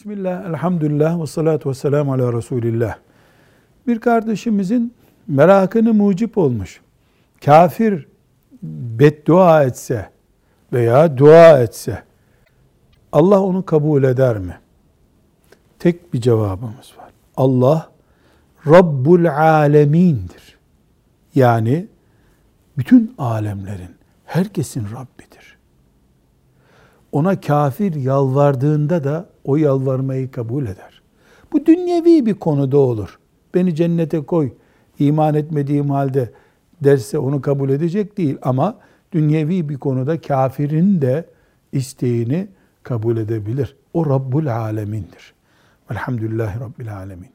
Bismillah, elhamdülillah ve salatu ve selamu ala Resulillah. Bir kardeşimizin merakını mucip olmuş. Kafir beddua etse veya dua etse Allah onu kabul eder mi? Tek bir cevabımız var. Allah Rabbul Alemin'dir. Yani bütün alemlerin, herkesin Rabbidir. Ona kafir yalvardığında da o yalvarmayı kabul eder. Bu dünyevi bir konuda olur. Beni cennete koy, iman etmediğim halde derse onu kabul edecek değil. Ama dünyevi bir konuda kafirin de isteğini kabul edebilir. O Rabbul Alemin'dir. Velhamdülillahi Rabbil Alemin.